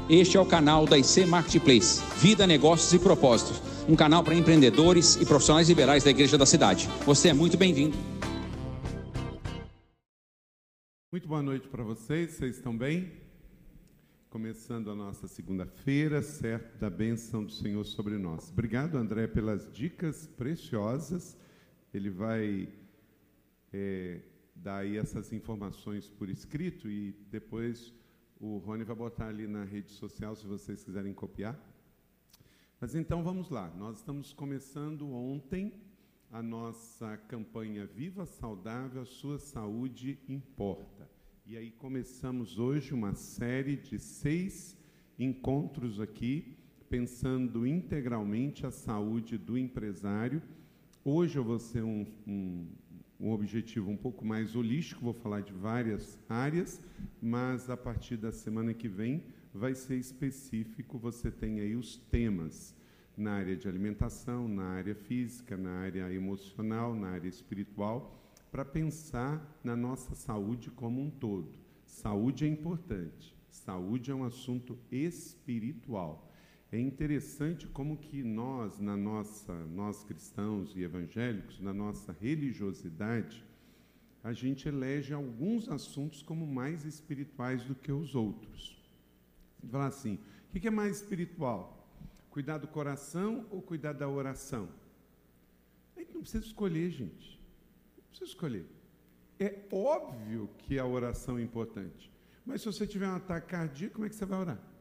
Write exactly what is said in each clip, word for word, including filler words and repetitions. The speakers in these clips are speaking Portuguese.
Este é o canal da I C Marketplace, Vida, Negócios e Propósitos, um canal para empreendedores e profissionais liberais da Igreja da Cidade. Você é muito bem-vindo. Muito boa noite para vocês, vocês estão bem? Começando a nossa segunda-feira, certo da bênção do Senhor sobre nós. Obrigado, André, pelas dicas preciosas. Ele vai é, dar aí essas informações por escrito e depois o Rony vai botar ali na rede social, se vocês quiserem copiar. Mas então vamos lá, nós estamos começando ontem a nossa campanha Viva Saudável, a sua saúde importa. E aí começamos hoje uma série de seis encontros aqui, pensando integralmente a saúde do empresário. Hoje eu vou ser um, um, um objetivo um pouco mais holístico, vou falar de várias áreas, mas a partir da semana que vem vai ser específico, você tem aí os temas na área de alimentação, na área física, na área emocional, na área espiritual, para pensar na nossa saúde como um todo. Saúde é importante, saúde é um assunto espiritual. É interessante como que nós, na nossa, nós cristãos e evangélicos, na nossa religiosidade, a gente elege alguns assuntos como mais espirituais do que os outros. Você vai falar assim, o que é mais espiritual? Cuidar do coração ou cuidar da oração? A gente não precisa escolher, gente. Precisa escolher. É óbvio que a oração é importante, mas se você tiver um ataque cardíaco, como é que você vai orar?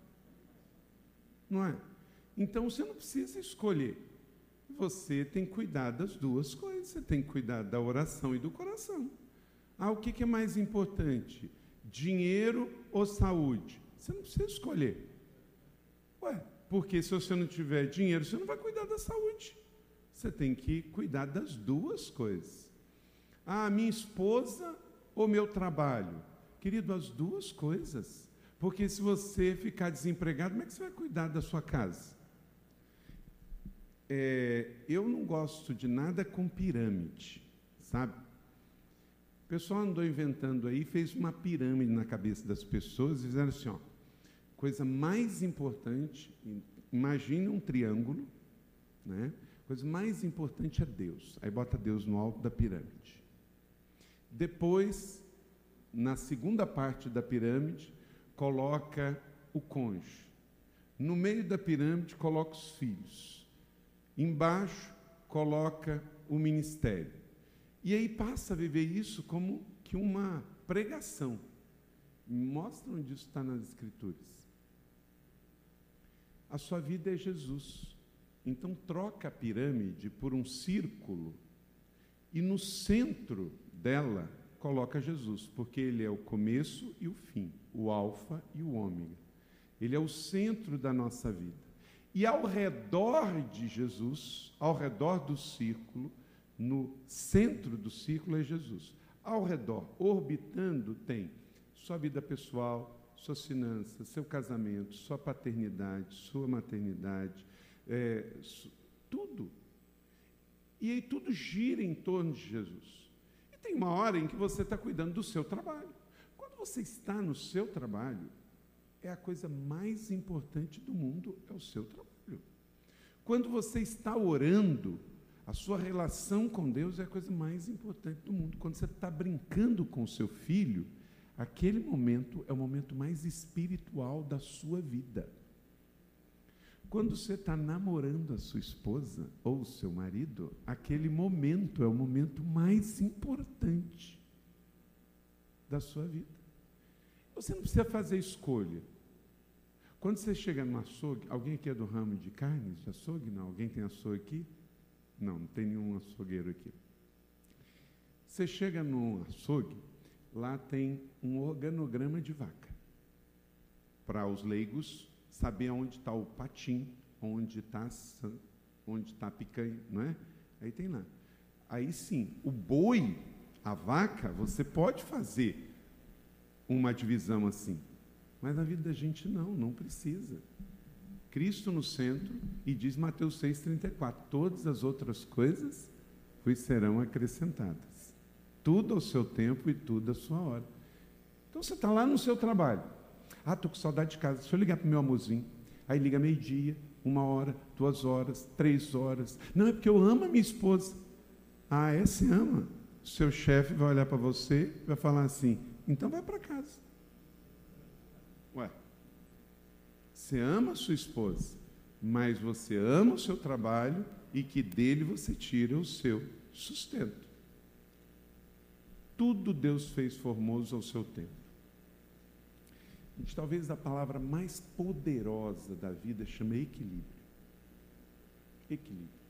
Não é? Então, você não precisa escolher. Você tem que cuidar das duas coisas. Você tem que cuidar da oração e do coração. Ah, o que é mais importante? Dinheiro ou saúde? Você não precisa escolher. Ué, porque se você não tiver dinheiro, você não vai cuidar da saúde. Você tem que cuidar das duas coisas. Ah, minha esposa ou meu trabalho? Querido, as duas coisas. Porque se você ficar desempregado, como é que você vai cuidar da sua casa? É, eu não gosto de nada com pirâmide, sabe? O pessoal andou inventando aí, fez uma pirâmide na cabeça das pessoas e fizeram assim, ó, coisa mais importante, imagine um triângulo, né? Coisa mais importante é Deus. Aí bota Deus no alto da pirâmide. Depois, na segunda parte da pirâmide, coloca o cônjuge. No meio da pirâmide, coloca os filhos. Embaixo, coloca o ministério. E aí passa a viver isso como que uma pregação. Mostra onde isso está nas Escrituras. A sua vida é Jesus. Então, troca a pirâmide por um círculo e no centro dela, coloca Jesus, porque Ele é o começo e o fim, o alfa e o ômega. Ele é o centro da nossa vida. E ao redor de Jesus, ao redor do círculo, no centro do círculo é Jesus. Ao redor, orbitando, tem sua vida pessoal, suas finanças, seu casamento, sua paternidade, sua maternidade, é, tudo. E aí tudo gira em torno de Jesus. Tem uma hora em que você está cuidando do seu trabalho. Quando você está no seu trabalho, é a coisa mais importante do mundo, é o seu trabalho. Quando você está orando, a sua relação com Deus é a coisa mais importante do mundo. Quando você está brincando com o seu filho, aquele momento é o momento mais espiritual da sua vida. Quando você está namorando a sua esposa ou o seu marido, aquele momento é o momento mais importante da sua vida. Você não precisa fazer escolha. Quando você chega no açougue, alguém aqui é do ramo de carnes, de açougue? Não. Alguém tem açougue aqui? Não, não tem nenhum açougueiro aqui. Você chega no açougue, lá tem um organograma de vaca. Para os leigos, saber onde está o patim, onde está onde está a picanha, não é? Aí tem lá. Aí sim, o boi, a vaca, você pode fazer uma divisão assim. Mas na vida da gente não, não precisa. Cristo no centro, e diz Mateus seis, trinta e quatro, todas as outras coisas vos serão acrescentadas. Tudo ao seu tempo e tudo à sua hora. Então você está lá no seu trabalho. Ah, estou com saudade de casa. Deixa eu ligar para o meu amorzinho. Aí liga meio-dia, uma hora, duas horas, três horas. Não, é porque eu amo a minha esposa. Ah, é? Você ama? Seu chefe vai olhar para você e vai falar assim, então vai para casa. Ué, você ama a sua esposa, mas você ama o seu trabalho e que dele você tira o seu sustento. Tudo Deus fez formoso ao seu tempo. Gente, talvez a palavra mais poderosa da vida chama equilíbrio. Equilíbrio.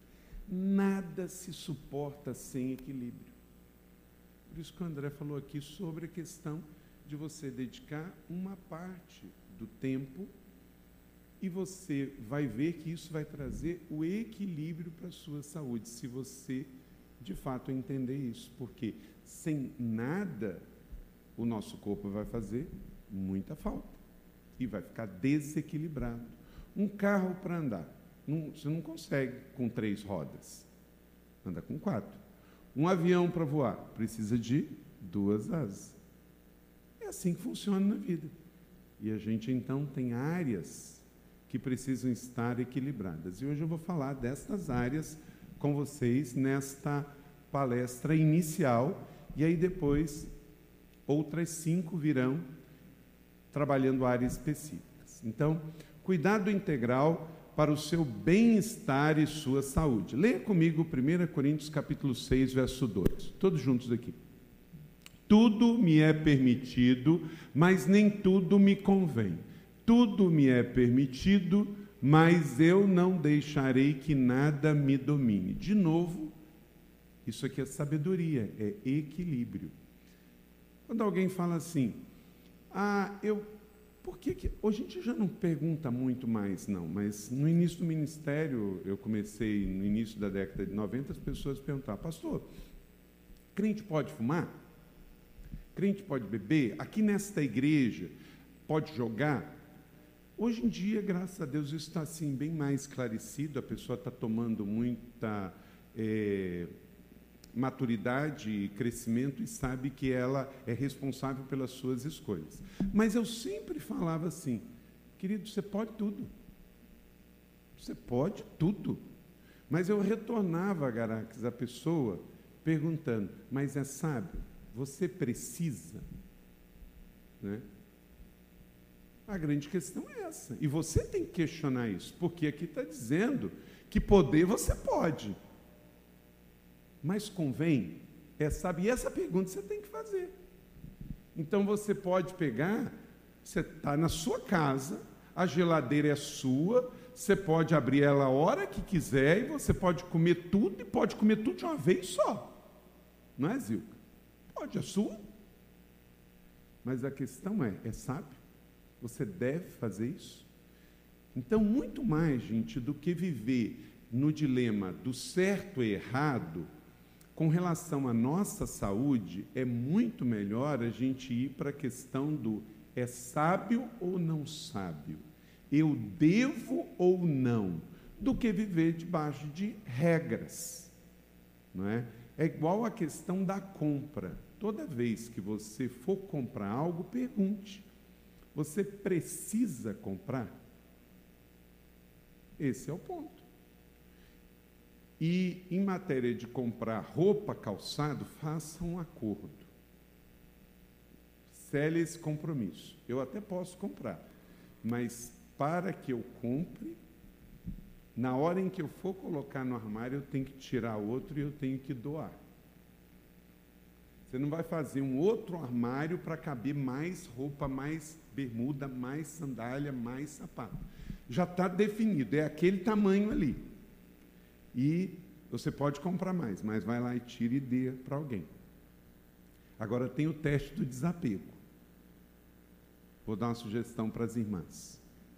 Nada se suporta sem equilíbrio. Por isso que o André falou aqui sobre a questão de você dedicar uma parte do tempo e você vai ver que isso vai trazer o equilíbrio para a sua saúde, se você, de fato, entender isso. Porque sem nada, o nosso corpo vai fazer muita falta e vai ficar desequilibrado. Um carro para andar, não, você não consegue com três rodas, anda com quatro. Um avião para voar, precisa de duas asas. É assim que funciona na vida. E a gente, então, tem áreas que precisam estar equilibradas. E hoje eu vou falar destas áreas com vocês nesta palestra inicial, e aí depois outras cinco virão trabalhando áreas específicas. Então, cuidado integral para o seu bem-estar e sua saúde. Leia comigo primeira Coríntios capítulo seis, verso dois. Todos juntos aqui. Tudo me é permitido, mas nem tudo me convém. Tudo me é permitido, mas eu não deixarei que nada me domine. De novo, isso aqui é sabedoria, é equilíbrio. Quando alguém fala assim, ah, eu, por que que... Hoje a gente já não pergunta muito mais, não, mas no início do ministério, eu comecei no início da década de noventa, as pessoas perguntavam, pastor, crente pode fumar? Crente pode beber? Aqui nesta igreja, pode jogar? Hoje em dia, graças a Deus, isso está assim, bem mais esclarecido, a pessoa está tomando muita é, maturidade e crescimento e sabe que ela é responsável pelas suas escolhas. Mas eu sempre falava assim, querido, você pode tudo. Você pode tudo. Mas eu retornava a Garax, a pessoa, perguntando, mas é sábio? Você precisa? Né? A grande questão é essa. E você tem que questionar isso, porque aqui está dizendo que poder você pode. Mas convém? É, sabe? E essa pergunta você tem que fazer. Então você pode pegar, você está na sua casa, a geladeira é sua, você pode abrir ela a hora que quiser e você pode comer tudo e pode comer tudo de uma vez só. Não é, Zilka? Pode, é sua. Mas a questão é, é sábio? Você deve fazer isso? Então, muito mais, gente, do que viver no dilema do certo e errado, com relação à nossa saúde, é muito melhor a gente ir para a questão do é sábio ou não sábio? Eu devo ou não? Do que viver debaixo de regras. Não é? É igual a questão da compra. Toda vez que você for comprar algo, pergunte. Você precisa comprar? Esse é o ponto. E, em matéria de comprar roupa, calçado, faça um acordo. Cele esse compromisso. Eu até posso comprar, mas para que eu compre, na hora em que eu for colocar no armário, eu tenho que tirar outro e eu tenho que doar. Você não vai fazer um outro armário para caber mais roupa, mais bermuda, mais sandália, mais sapato. Já está definido, é aquele tamanho ali. E você pode comprar mais, mas vai lá e tira e dê para alguém. Agora tem o teste do desapego. Vou dar uma sugestão para as irmãs.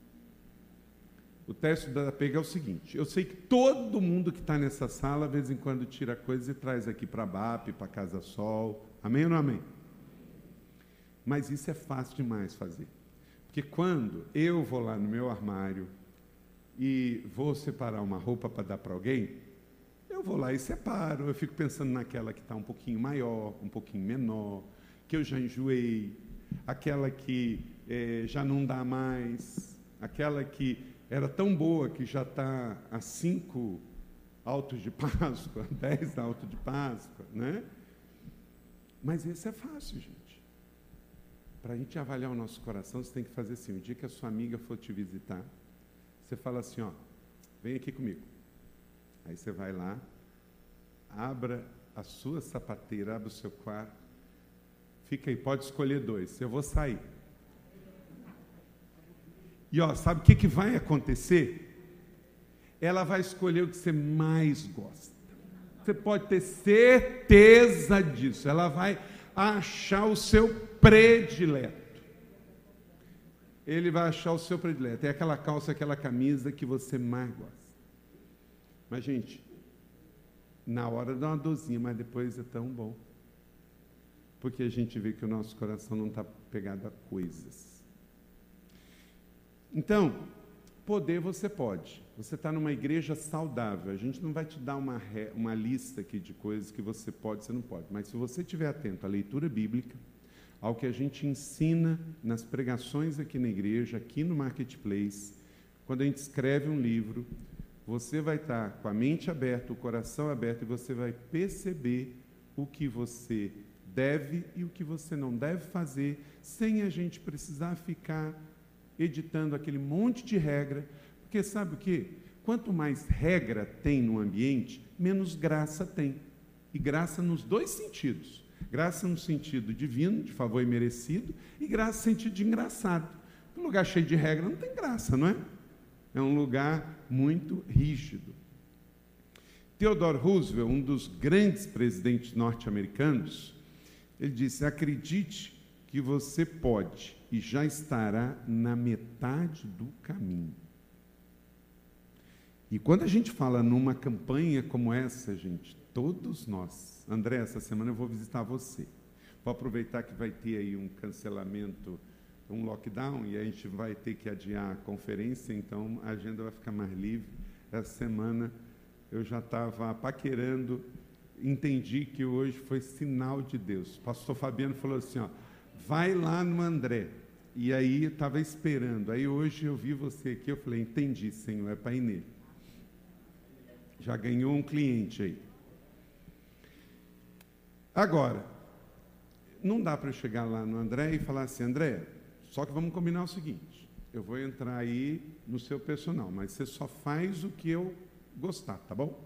O teste do desapego é o seguinte, eu sei que todo mundo que está nessa sala, de vez em quando, tira coisas e traz aqui para a B A P, para a Casa Sol. Amém ou não amém? Mas isso é fácil demais fazer. Porque quando eu vou lá no meu armário e vou separar uma roupa para dar para alguém, eu vou lá e separo. Eu fico pensando naquela que está um pouquinho maior, um pouquinho menor, que eu já enjoei, aquela que é, já não dá mais, aquela que era tão boa que já está a cinco altos de Páscoa, dez altos de Páscoa, né? Mas esse é fácil, gente. Para a gente avaliar o nosso coração, você tem que fazer assim, o dia que a sua amiga for te visitar, você fala assim, ó, vem aqui comigo. Aí você vai lá, abra a sua sapateira, abre o seu quarto, fica aí, pode escolher dois, eu vou sair. E ó, sabe o que, que vai acontecer? Ela vai escolher o que você mais gosta. Você pode ter certeza disso. Ela vai achar o seu predileto. Ele vai achar o seu predileto. É aquela calça, aquela camisa que você mais gosta. Mas, gente, na hora dá uma dorzinha, mas depois é tão bom. Porque a gente vê que o nosso coração não está pegado a coisas. Então, poder você pode. Você está numa igreja saudável. A gente não vai te dar uma, re, uma lista aqui de coisas que você pode e você não pode. Mas se você estiver atento à leitura bíblica, ao que a gente ensina nas pregações aqui na igreja, aqui no Marketplace, quando a gente escreve um livro, você vai estar com a mente aberta, o coração aberto, e você vai perceber o que você deve e o que você não deve fazer, sem a gente precisar ficar editando aquele monte de regra, porque sabe o quê? Quanto mais regra tem no ambiente, menos graça tem. E graça nos dois sentidos. Graça no sentido divino, de favor e merecido, e graça no sentido de engraçado. Um lugar cheio de regra não tem graça, não é? É um lugar muito rígido. Theodore Roosevelt, um dos grandes presidentes norte-americanos, ele disse, acredite que você pode e já estará na metade do caminho. E quando a gente fala numa campanha como essa, gente, todos nós, André, essa semana eu vou visitar você. Vou aproveitar que vai ter aí um cancelamento, um lockdown, e a gente vai ter que adiar a conferência, então a agenda vai ficar mais livre. Essa semana eu já estava paquerando, entendi que hoje foi sinal de Deus. O pastor Fabiano falou assim, ó, vai lá no André. E aí estava esperando. Aí hoje eu vi você aqui, eu falei, entendi, Senhor, é para ir nele. Já ganhou um cliente aí. Agora, não dá para eu chegar lá no André e falar assim, André, só que vamos combinar o seguinte, eu vou entrar aí no seu personal, mas você só faz o que eu gostar, tá bom?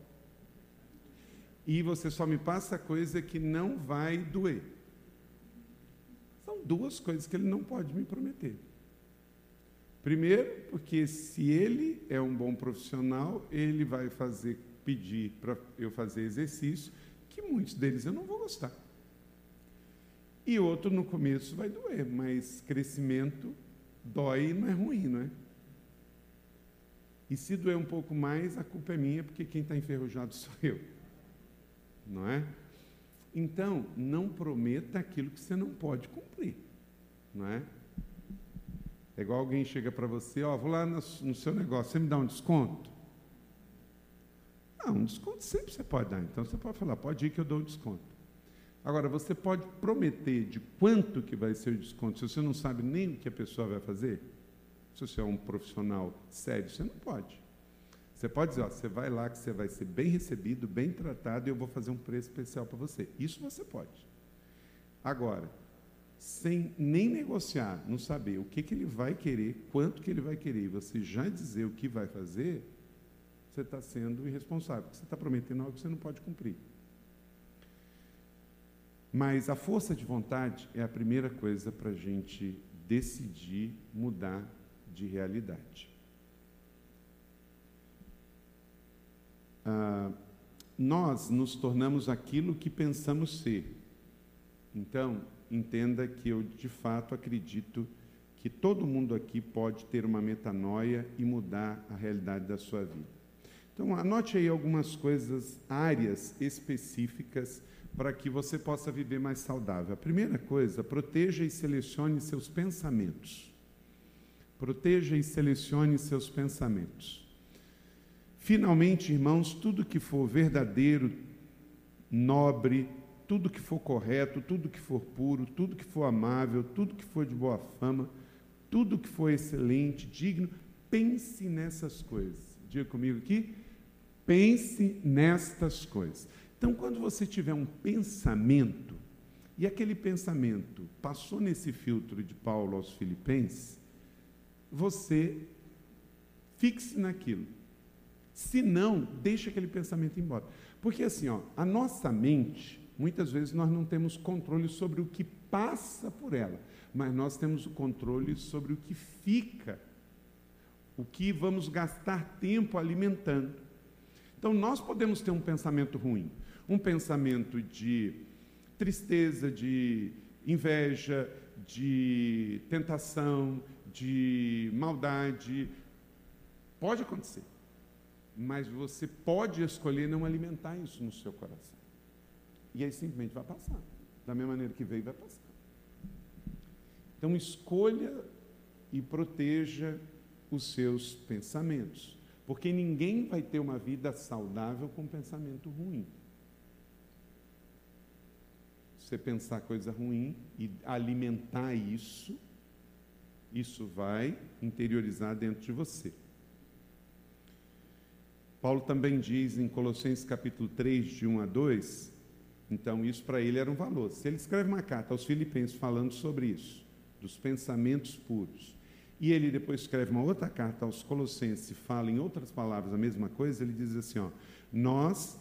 E você só me passa coisa que não vai doer. São duas coisas que ele não pode me prometer. Primeiro, porque se ele é um bom profissional, ele vai fazer, pedir para eu fazer exercício, que muitos deles eu não vou gostar. E outro, no começo, vai doer, mas crescimento dói e não é ruim, não é? E se doer um pouco mais, a culpa é minha, porque quem está enferrujado sou eu. Não é? Então, não prometa aquilo que você não pode cumprir. Não é? É igual alguém chega para você, ó, vou lá no, no seu negócio, você me dá um desconto? Não, um desconto sempre você pode dar. Então, você pode falar, pode ir que eu dou um desconto. Agora, você pode prometer de quanto que vai ser o desconto, se você não sabe nem o que a pessoa vai fazer? Se você é um profissional sério, você não pode. Você pode dizer, ó, você vai lá que você vai ser bem recebido, bem tratado, e eu vou fazer um preço especial para você. Isso você pode. Agora, sem nem negociar, não saber o que, que ele vai querer, quanto que ele vai querer, e você já dizer o que vai fazer, você está sendo irresponsável, porque você está prometendo algo que você não pode cumprir. Mas a força de vontade é a primeira coisa para a gente decidir mudar de realidade. Ah, nós nos tornamos aquilo que pensamos ser. Então, entenda que eu, de fato, acredito que todo mundo aqui pode ter uma metanoia e mudar a realidade da sua vida. Então, anote aí algumas coisas, áreas específicas para que você possa viver mais saudável. A primeira coisa, proteja e selecione seus pensamentos. Proteja e selecione seus pensamentos. Finalmente, irmãos, tudo que for verdadeiro, nobre, tudo que for correto, tudo que for puro, tudo que for amável, tudo que for de boa fama, tudo que for excelente, digno, pense nessas coisas. Diga comigo aqui, pense nestas coisas. Então, quando você tiver um pensamento, e aquele pensamento passou nesse filtro de Paulo aos Filipenses, você fixe naquilo. Se não, deixa aquele pensamento embora. Porque assim, ó, a nossa mente, muitas vezes nós não temos controle sobre o que passa por ela, mas nós temos o controle sobre o que fica, o que vamos gastar tempo alimentando. Então, nós podemos ter um pensamento ruim, um pensamento de tristeza, de inveja, de tentação, de maldade. Pode acontecer, mas você pode escolher não alimentar isso no seu coração. E aí simplesmente vai passar. Da mesma maneira que veio, vai passar. Então, escolha e proteja os seus pensamentos, porque ninguém vai ter uma vida saudável com pensamento ruim. Você pensar coisa ruim e alimentar isso, isso vai interiorizar dentro de você. Paulo também diz em Colossenses capítulo três, de um a dois, então isso para ele era um valor. Se ele escreve uma carta aos Filipenses falando sobre isso, dos pensamentos puros, e ele depois escreve uma outra carta aos Colossenses e fala em outras palavras a mesma coisa, ele diz assim, ó, nós,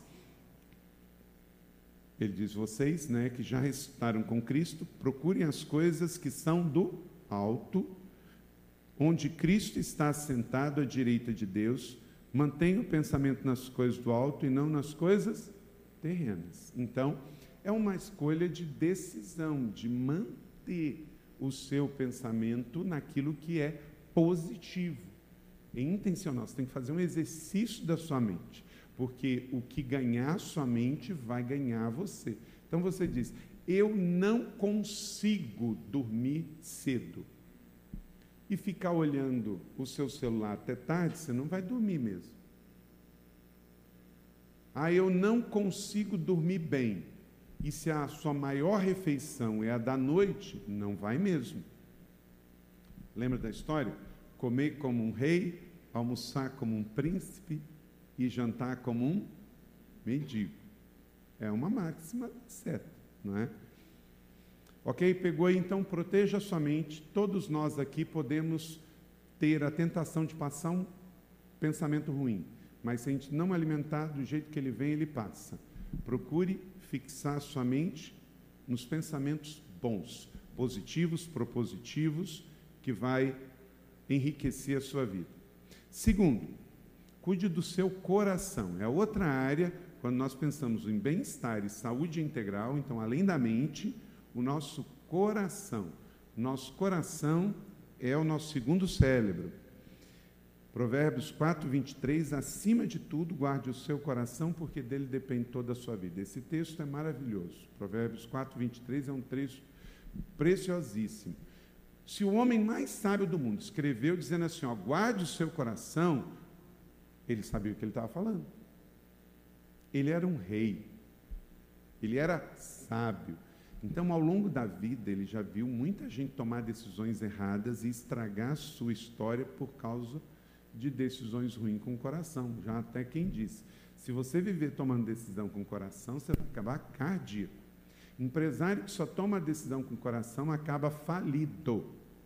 ele diz, vocês, né, que já ressuscitaram com Cristo, procurem as coisas que são do alto, onde Cristo está assentado à direita de Deus. Mantenha o pensamento nas coisas do alto e não nas coisas terrenas. Então, é uma escolha de decisão, de manter o seu pensamento naquilo que é positivo, é intencional. Você tem que fazer um exercício da sua mente, porque o que ganhar a sua mente vai ganhar você. Então, você diz, eu não consigo dormir cedo. E ficar olhando o seu celular até tarde, você não vai dormir mesmo. Ah, eu não consigo dormir bem. E se a sua maior refeição é a da noite, não vai mesmo. Lembra da história? Comer como um rei, almoçar como um príncipe e jantar como um mendigo. É uma máxima certa, não é? Ok? Pegou aí, então, proteja a sua mente. Todos nós aqui podemos ter a tentação de passar um pensamento ruim, mas se a gente não alimentar do jeito que ele vem, ele passa. Procure fixar a sua mente nos pensamentos bons, positivos, propositivos, que vai enriquecer a sua vida. Segundo, cuide do seu coração. É outra área, quando nós pensamos em bem-estar e saúde integral, então, além da mente, o nosso coração. Nosso coração é o nosso segundo cérebro. Provérbios quatro, vinte e três, acima de tudo, guarde o seu coração, porque dele depende toda a sua vida. Esse texto é maravilhoso. Provérbios quatro, vinte e três é um trecho preciosíssimo. Se o homem mais sábio do mundo escreveu dizendo assim, ó, guarde o seu coração, ele sabia o que ele estava falando. Ele era um rei. Ele era sábio. Então, ao longo da vida, ele já viu muita gente tomar decisões erradas e estragar a sua história por causa de decisões ruins com o coração. Já até quem disse, se você viver tomando decisão com o coração, você vai acabar cardíaco. Empresário que só toma decisão com o coração acaba falido.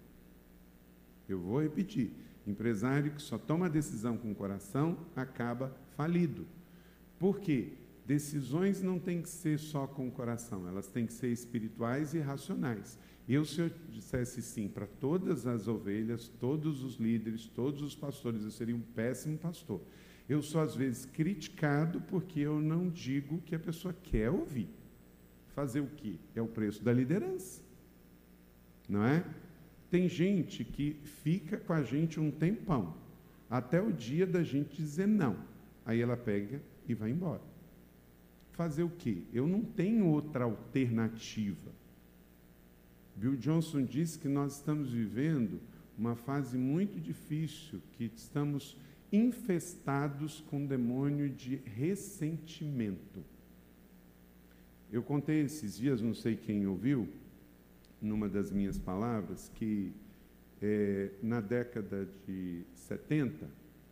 Eu vou repetir. Empresário que só toma decisão com o coração acaba falido. Por quê? Decisões não têm que ser só com o coração, elas têm que ser espirituais e racionais. Eu, se eu dissesse sim para todas as ovelhas, todos os líderes, todos os pastores, eu seria um péssimo pastor. Eu sou, às vezes, criticado porque eu não digo o que a pessoa quer ouvir. Fazer o quê? É o preço da liderança. Não é? Tem gente que fica com a gente um tempão, até o dia da gente dizer não. Aí ela pega e vai embora. Fazer o quê? Eu não tenho outra alternativa. Bill Johnson disse que nós estamos vivendo uma fase muito difícil, que estamos infestados com o demônio de ressentimento. Eu contei esses dias, não sei quem ouviu, numa das minhas palavras, que É, na década de setenta,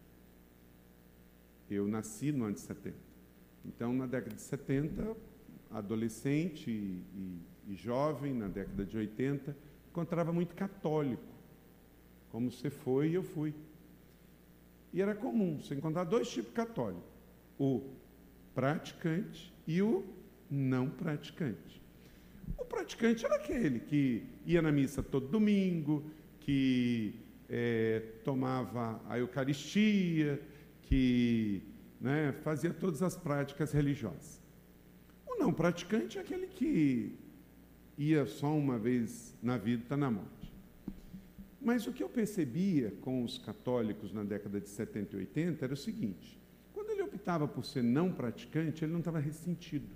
eu nasci no ano de setenta. Então, na década de setenta, adolescente e, e, e jovem, na década de oitenta, encontrava muito católico. Como você foi, eu fui. E era comum você encontrar dois tipos de católico: o praticante e o não praticante. O praticante era aquele que ia na missa todo domingo, que é, tomava a Eucaristia, que né, fazia todas as práticas religiosas. O não praticante é aquele que ia só uma vez na vida e está na morte. Mas o que eu percebia com os católicos na década de setenta e oitenta era o seguinte: quando ele optava por ser não praticante, ele não estava ressentido.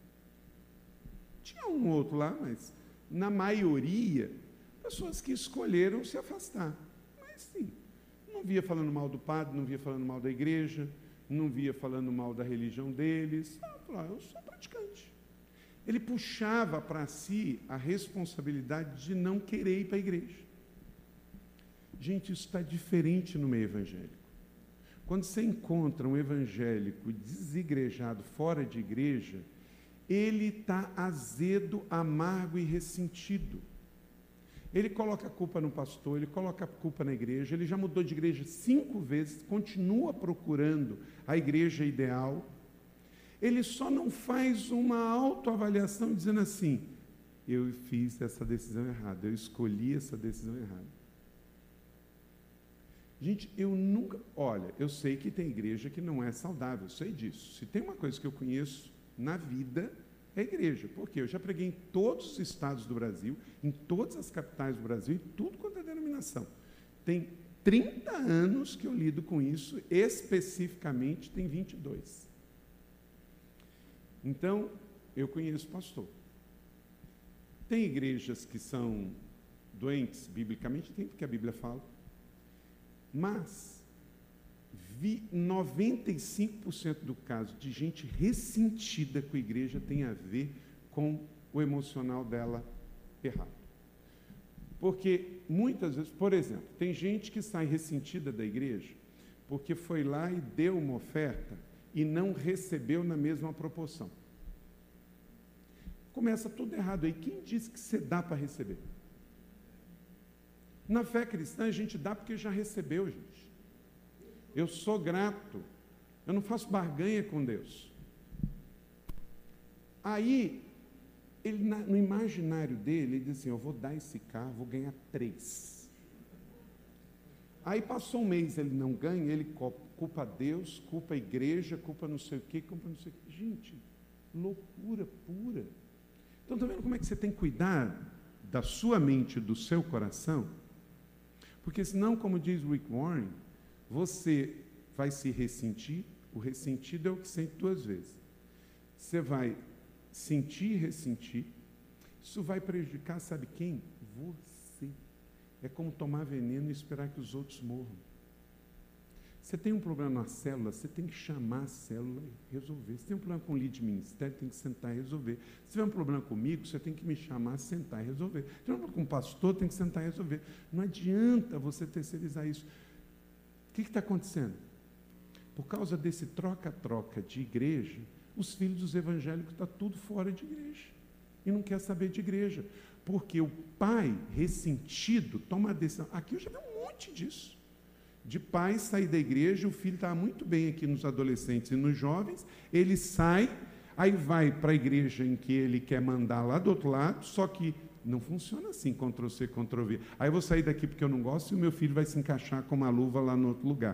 Tinha um outro lá, mas na maioria, pessoas que escolheram se afastar. Mas sim, não via falando mal do padre, não via falando mal da igreja, não via falando mal da religião deles. Não, falava, eu sou praticante. Ele puxava para si a responsabilidade de não querer ir para a igreja. Gente, isso está diferente no meio evangélico. Quando você encontra um evangélico desigrejado fora de igreja, ele está azedo, amargo e ressentido. Ele coloca a culpa no pastor, ele coloca a culpa na igreja, ele já mudou de igreja cinco vezes, continua procurando a igreja ideal. Ele só não faz uma autoavaliação dizendo assim: eu fiz essa decisão errada, eu escolhi essa decisão errada. Gente, eu nunca... Olha, eu sei que tem igreja que não é saudável, eu sei disso. Se tem uma coisa que eu conheço na vida, é a igreja. Porque eu já preguei em todos os estados do Brasil, em todas as capitais do Brasil, e tudo quanto é denominação. Tem trinta anos que eu lido com isso, especificamente tem vinte e dois. Então, eu conheço pastor. Tem igrejas que são doentes, biblicamente, tem, porque a Bíblia fala. Mas, vi noventa e cinco por cento do caso de gente ressentida com a igreja tem a ver com o emocional dela errado. Porque, muitas vezes, por exemplo, tem gente que sai ressentida da igreja porque foi lá e deu uma oferta e não recebeu na mesma proporção. Começa tudo errado aí. Quem disse que você dá para receber? Na fé cristã, a gente dá porque já recebeu, gente. Eu sou grato. Eu não faço barganha com Deus. Aí, ele, no imaginário dele, ele diz assim: eu vou dar esse carro, vou ganhar três. Aí passou um mês, ele não ganha, ele culpa Deus, culpa a igreja, culpa não sei o quê, culpa não sei o quê. Gente, loucura pura. Então, está vendo como é que você tem que cuidar da sua mente, do seu coração? Porque senão, como diz Rick Warren, você vai se ressentir. O ressentido é o que sente duas vezes. Você vai sentir e ressentir. Isso vai prejudicar, sabe quem? Você. É como tomar veneno e esperar que os outros morram. Você tem um problema na célula, você tem que chamar a célula e resolver. Se tem um problema com o líder de ministério, tem que sentar e resolver. Se tiver um problema comigo, você tem que me chamar, sentar e resolver. Se tiver um problema com o pastor, tem que sentar e resolver. Não adianta você terceirizar isso. O que está acontecendo? Por causa desse troca-troca de igreja, os filhos dos evangélicos estão tudo fora de igreja. E não quer saber de igreja. Porque o pai ressentido toma a decisão. Aqui eu já vi um monte disso. De pai sair da igreja, o filho está muito bem aqui nos adolescentes e nos jovens, ele sai, aí vai para a igreja em que ele quer mandar lá do outro lado, só que não funciona assim, Ctrl-C, Ctrl-V. Aí eu vou sair daqui porque eu não gosto e o meu filho vai se encaixar com uma luva lá no outro lugar.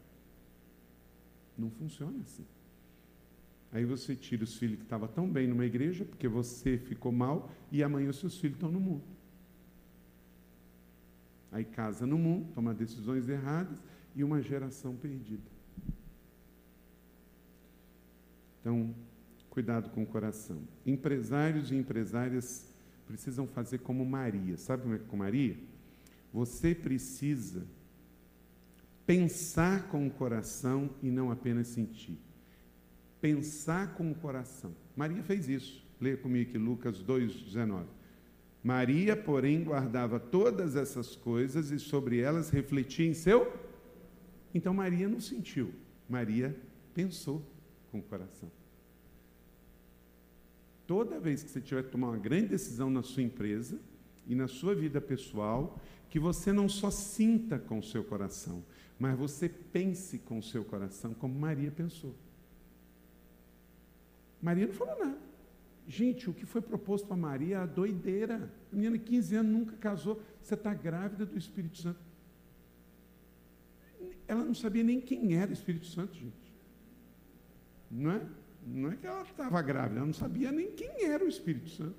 Não funciona assim. Aí você tira os filhos que estavam tão bem numa igreja, porque você ficou mal, e amanhã os seus filhos estão no mundo. Aí casa no mundo, toma decisões erradas e uma geração perdida. Então, cuidado com o coração. Empresários e empresárias precisam fazer como Maria. Sabe como é que é com Maria? Você precisa pensar com o coração e não apenas sentir. Pensar com o coração. Maria fez isso. Leia comigo aqui Lucas dois, dezenove. Maria, porém, guardava todas essas coisas e sobre elas refletia em seu... Então, Maria não sentiu. Maria pensou com o coração. Toda vez que você tiver que tomar uma grande decisão na sua empresa e na sua vida pessoal, que você não só sinta com o seu coração, mas você pense com o seu coração como Maria pensou. Maria não falou nada. Gente, o que foi proposto para Maria é a doideira. A menina de quinze anos nunca casou. Você está grávida do Espírito Santo. Ela não sabia nem quem era o Espírito Santo, gente. Não é? Não é que ela estava grávida, ela não sabia nem quem era o Espírito Santo.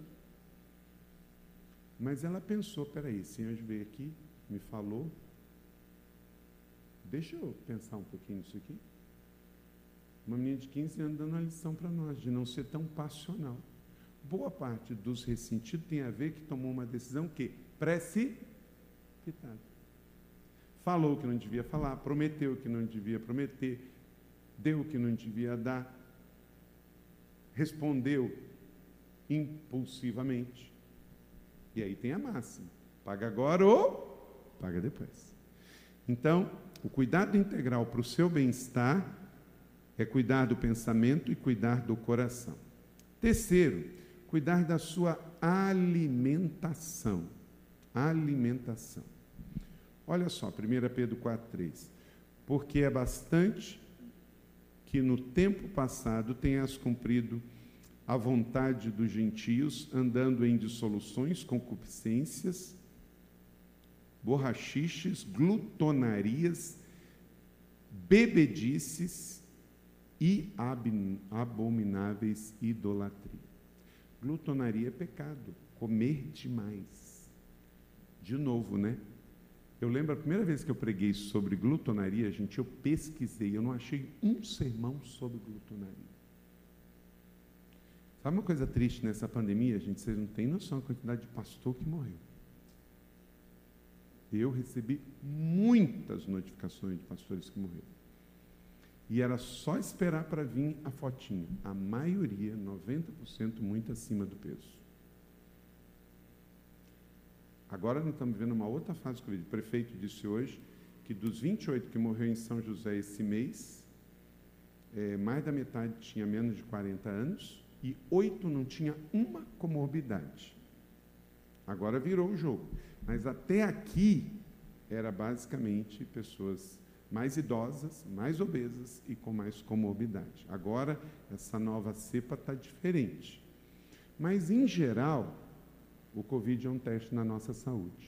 Mas ela pensou, peraí, esse anjo veio aqui, me falou, deixa eu pensar um pouquinho nisso aqui. Uma menina de quinze anos dando uma lição para nós, de não ser tão passional. Boa parte dos ressentidos tem a ver que tomou uma decisão que precipitada. Falou o que não devia falar, prometeu o que não devia prometer, deu o que não devia dar, respondeu impulsivamente. E aí tem a máxima: paga agora ou paga depois. Então, o cuidado integral para o seu bem-estar é cuidar do pensamento e cuidar do coração. Terceiro, cuidar da sua alimentação. Alimentação. Olha só, primeira Pedro quatro, três. Porque é bastante que no tempo passado tenhas cumprido a vontade dos gentios, andando em dissoluções, concupiscências, borrachices, glutonarias, bebedices e abomináveis idolatria. Glutonaria é pecado, comer demais. De novo, né? Eu lembro a primeira vez que eu preguei sobre glutonaria, gente, eu pesquisei, eu não achei um sermão sobre glutonaria. Sabe uma coisa triste nessa pandemia, gente? Vocês não têm noção da quantidade de pastor que morreu. Eu recebi muitas notificações de pastores que morreram. E era só esperar para vir a fotinha. A maioria, noventa por cento, muito acima do peso. Agora nós estamos vivendo uma outra fase do Covid. O prefeito disse hoje que dos vinte e oito que morreu em São José esse mês, é, mais da metade tinha menos de quarenta anos e oito não tinha uma comorbidade. Agora virou o jogo. Mas até aqui era basicamente pessoas mais idosas, mais obesas e com mais comorbidade. Agora, essa nova cepa está diferente. Mas, em geral, o Covid é um teste na nossa saúde.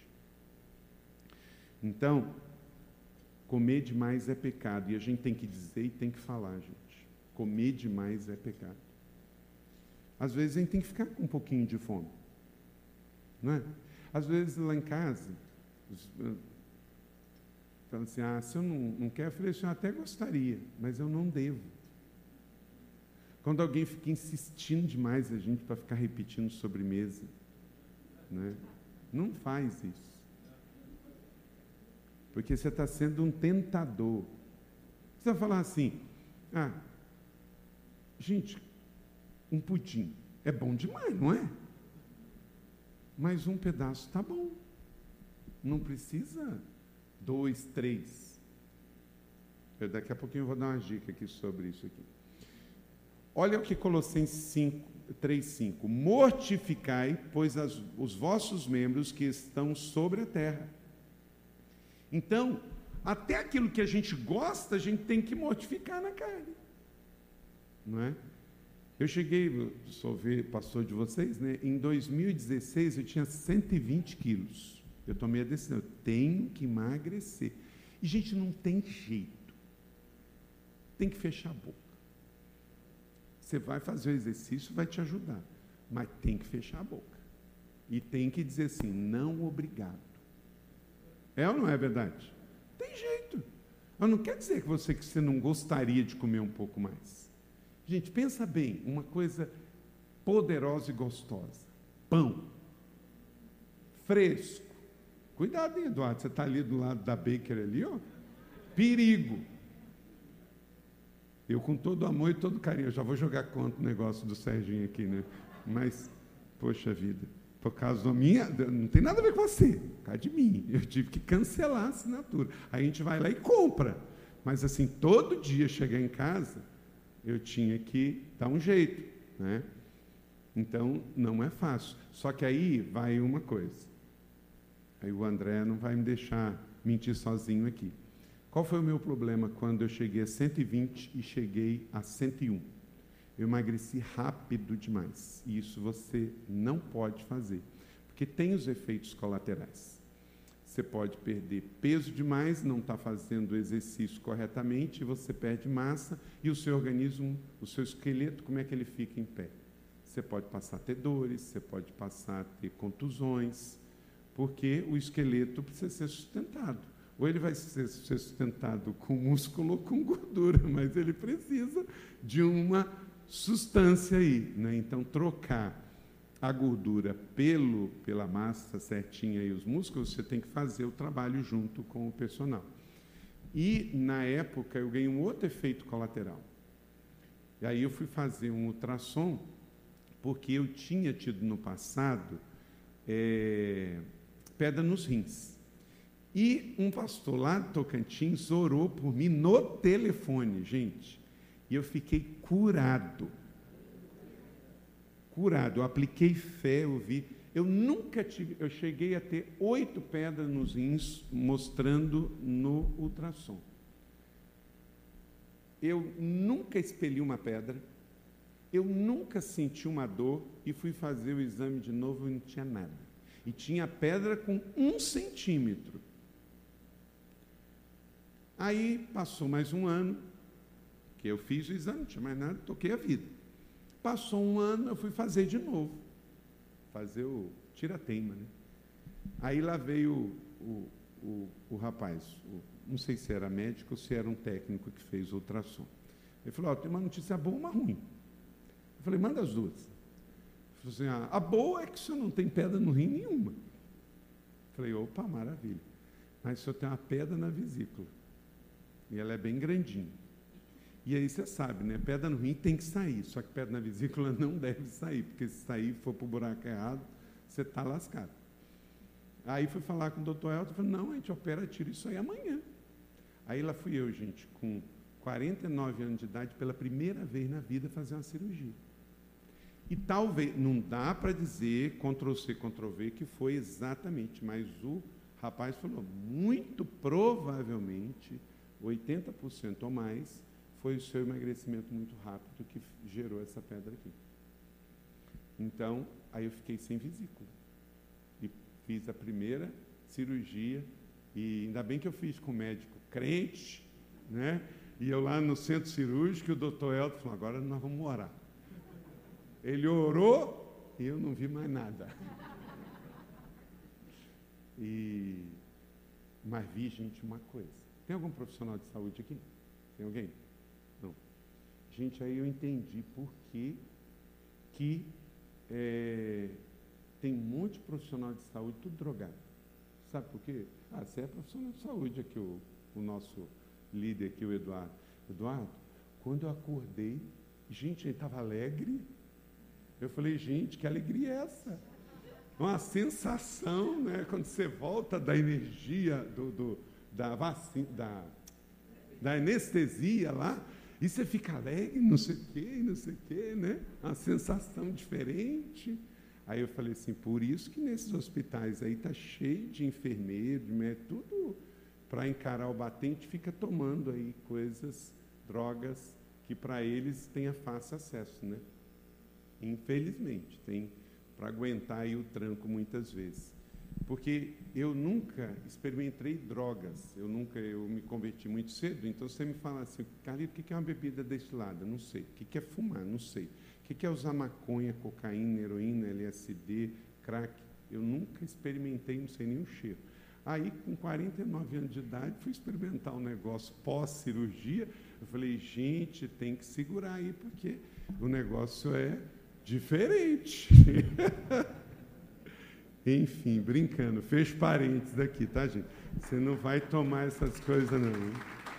Então, comer demais é pecado. E a gente tem que dizer e tem que falar, gente. Comer demais é pecado. Às vezes, a gente tem que ficar com um pouquinho de fome. Não é? Às vezes, lá em casa, falam assim, ah, se eu não, não quero, eu falei assim, eu até gostaria, mas eu não devo. Quando alguém fica insistindo demais a gente para ficar repetindo sobremesa, né? Não faz isso. Porque você está sendo um tentador. Você vai falar assim, ah, gente, um pudim é bom demais, não é? Mas um pedaço está bom. Não precisa dois, três. Eu, daqui a pouquinho eu vou dar uma dica aqui sobre isso aqui. Olha o que Colossenses cinco, três, cinco. Mortificai, pois as, os vossos membros que estão sobre a terra. Então, até aquilo que a gente gosta, a gente tem que mortificar na carne. Não é? Eu cheguei, sou ver, pastor de vocês, né? Em dois mil e dezesseis eu tinha cento e vinte quilos. Eu tomei a decisão, eu tenho que emagrecer. E, gente, não tem jeito. Tem que fechar a boca. Você vai fazer o exercício, vai te ajudar. Mas tem que fechar a boca. E tem que dizer assim, não obrigado. É ou não é verdade? Tem jeito. Mas não quer dizer que você, que você não gostaria de comer um pouco mais. Gente, pensa bem, uma coisa poderosa e gostosa. Pão. Fresco. Cuidado, hein, Eduardo, você está ali do lado da Baker ali, ó. Perigo. Eu, com todo amor e todo carinho, eu já vou jogar contra o negócio do Serginho aqui, né? Mas, poxa vida, por causa da minha, não tem nada a ver com você, por causa de mim. Eu tive que cancelar a assinatura. Aí a gente vai lá e compra. Mas assim, todo dia chegar em casa, eu tinha que dar um jeito, né? Então, não é fácil. Só que aí vai uma coisa. Aí o André não vai me deixar mentir sozinho aqui. Qual foi o meu problema quando eu cheguei a cento e vinte e cheguei a cento e um? Eu emagreci rápido demais. E isso você não pode fazer, porque tem os efeitos colaterais. Você pode perder peso demais, não está fazendo o exercício corretamente, e você perde massa, e o seu organismo, o seu esqueleto, como é que ele fica em pé? Você pode passar a ter dores, você pode passar a ter contusões, porque o esqueleto precisa ser sustentado. Ou ele vai ser sustentado com músculo ou com gordura, mas ele precisa de uma substância aí, né? Então, trocar a gordura pelo, pela massa certinha e os músculos, você tem que fazer o trabalho junto com o personal. E, na época, eu ganhei um outro efeito colateral. E aí eu fui fazer um ultrassom, porque eu tinha tido no passado é, pedra nos rins. E um pastor lá de Tocantins orou por mim no telefone, gente. E eu fiquei curado. Curado. Eu apliquei fé, eu vi. Eu nunca tive, eu cheguei a ter oito pedras nos rins, mostrando no ultrassom. Eu nunca expeli uma pedra, eu nunca senti uma dor, e fui fazer o exame de novo e não tinha nada. E tinha pedra com um centímetro. Aí passou mais um ano, que eu fiz o exame, não tinha mais nada, toquei a vida. Passou um ano, eu fui fazer de novo. Fazer o tira-teima, né? Aí lá veio o, o, o, o rapaz, o, não sei se era médico ou se era um técnico que fez o ultrassom. Ele falou, ó, tem uma notícia boa e uma ruim. Eu falei, manda as duas. Ele falou assim, ah, a boa é que o senhor não tem pedra no rim nenhuma. Eu falei, opa, maravilha. Mas o senhor tem uma pedra na vesícula. E ela é bem grandinha. E aí você sabe, né? Pedra no rim tem que sair, só que pedra na vesícula não deve sair, porque se sair for para o buraco errado, você está lascado. Aí fui falar com o doutor Elton, falei, não, a gente opera, tira isso aí amanhã. Aí lá fui eu, gente, com quarenta e nove anos de idade, pela primeira vez na vida, fazer uma cirurgia. E talvez, não dá para dizer, control C, control V, que foi exatamente, mas o rapaz falou, muito provavelmente, oitenta por cento ou mais, foi o seu emagrecimento muito rápido que gerou essa pedra aqui. Então, aí eu fiquei sem vesícula. E fiz a primeira cirurgia, e ainda bem que eu fiz com o médico crente, né? E eu lá no centro cirúrgico, o doutor Elton falou, agora nós vamos orar. Ele orou e eu não vi mais nada. E, mas vi, gente, uma coisa. Tem algum profissional de saúde aqui? Tem alguém? Não. Gente, aí eu entendi por que, que é, tem um monte de profissional de saúde tudo drogado. Sabe por quê? Ah, você é profissional de saúde aqui, o, o nosso líder aqui, o Eduardo. Eduardo, quando eu acordei, gente, ele estava alegre. Eu falei, gente, que alegria é essa? Uma sensação, né? Quando você volta da energia, do, do, da vacina, da, da anestesia lá, e você fica alegre, não sei o quê, não sei o quê, né? Uma sensação diferente. Aí eu falei assim, por isso que nesses hospitais aí está cheio de enfermeiro, de médico, tudo para encarar o batente, fica tomando aí coisas, drogas, que para eles tenha fácil acesso, né? Infelizmente, tem para aguentar aí o tranco muitas vezes. Porque eu nunca experimentei drogas, eu nunca, eu me converti muito cedo, então você me fala assim, Carlito, o que é uma bebida destilada? Não sei. O que é fumar? Não sei. O que é usar maconha, cocaína, heroína, L S D, crack? Eu nunca experimentei, não sei nem o cheiro. Aí, com quarenta e nove anos de idade, fui experimentar um negócio pós-cirurgia. Eu falei, gente, tem que segurar aí, porque o negócio é diferente. Enfim, brincando, fecho parênteses aqui, tá, gente? Você não vai tomar essas coisas, não.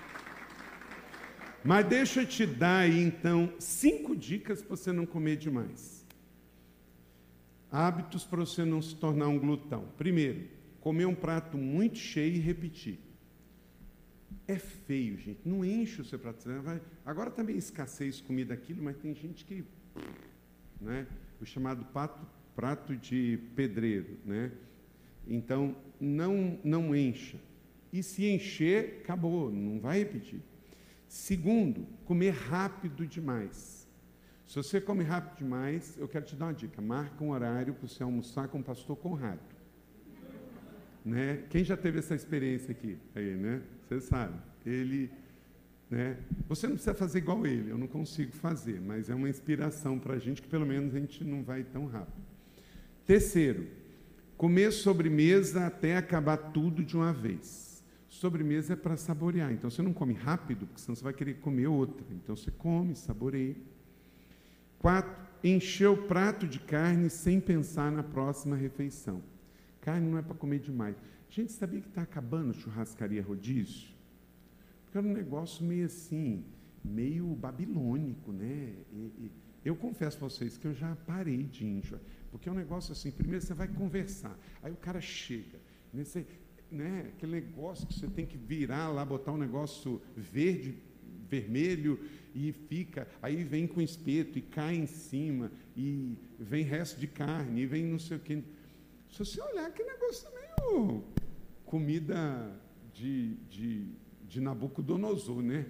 Mas deixa eu te dar aí, então, cinco dicas para você não comer demais. Hábitos para você não se tornar um glutão. Primeiro, comer um prato muito cheio e repetir. É feio, gente. Não enche o seu prato. Vai... Agora também escassez de comida aquilo, mas tem gente que... Né? O chamado prato, prato de pedreiro. Né? Então, não, não encha. E se encher, acabou, não vai repetir. Segundo, comer rápido demais. Se você come rápido demais, eu quero te dar uma dica. Marca um horário para você almoçar com o pastor Conrado. Né? Quem já teve essa experiência aqui? Aí, né? Você sabe. Ele, né? Você não precisa fazer igual ele, eu não consigo fazer, mas é uma inspiração para a gente que pelo menos a gente não vai tão rápido. Terceiro, comer sobremesa até acabar tudo de uma vez. Sobremesa é para saborear, então você não come rápido, porque senão você vai querer comer outra. Então você come, saboreia. Quatro, encher o prato de carne sem pensar na próxima refeição. Carne não é para comer demais. Gente, sabia que está acabando churrascaria rodízio? Porque era um negócio meio assim, meio babilônico, né? E, e, eu confesso para vocês que eu já parei de enjoar. Porque é um negócio assim, primeiro você vai conversar, aí o cara chega, né? Você, né? Aquele negócio que você tem que virar lá, botar um negócio verde, vermelho, e fica, aí vem com espeto e cai em cima, e vem resto de carne, e vem não sei o quê. Se você olhar, aquele negócio é meio comida de, de, de Nabucodonosor, né?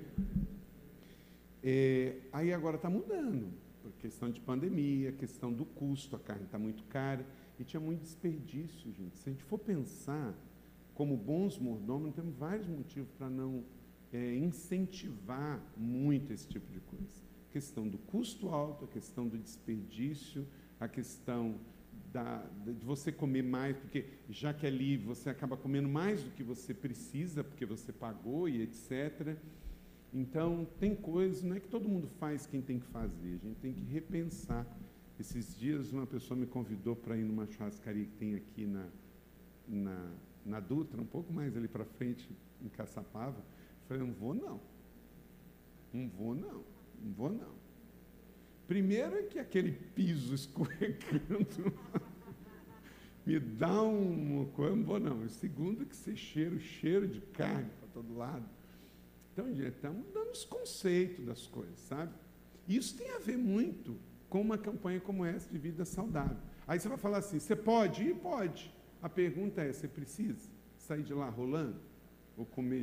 É, aí agora está mudando, por questão de pandemia, questão do custo, a carne está muito cara, e tinha muito desperdício, gente. Se a gente for pensar, como bons mordomos, temos vários motivos para não é, incentivar muito esse tipo de coisa. A questão do custo alto, a questão do desperdício, a questão da, de você comer mais, porque já que é livre, você acaba comendo mais do que você precisa, porque você pagou e etcétera. Então, tem coisas, não é que todo mundo faz quem tem que fazer, a gente tem que repensar. Esses dias, uma pessoa me convidou para ir numa churrascaria que tem aqui na, na, na Dutra, um pouco mais ali para frente, em Caçapava. Eu falei, não vou não, não vou não, não vou não. Primeiro é que aquele piso escorregando me dá uma coisa, não vou não. E segundo é que você cheira o cheiro de carne para todo lado. Então, gente, estamos dando os conceitos das coisas, sabe? Isso tem a ver muito com uma campanha como essa de vida saudável. Aí você vai falar assim, você pode ir? Pode. A pergunta é, você precisa sair de lá rolando? Ou comer...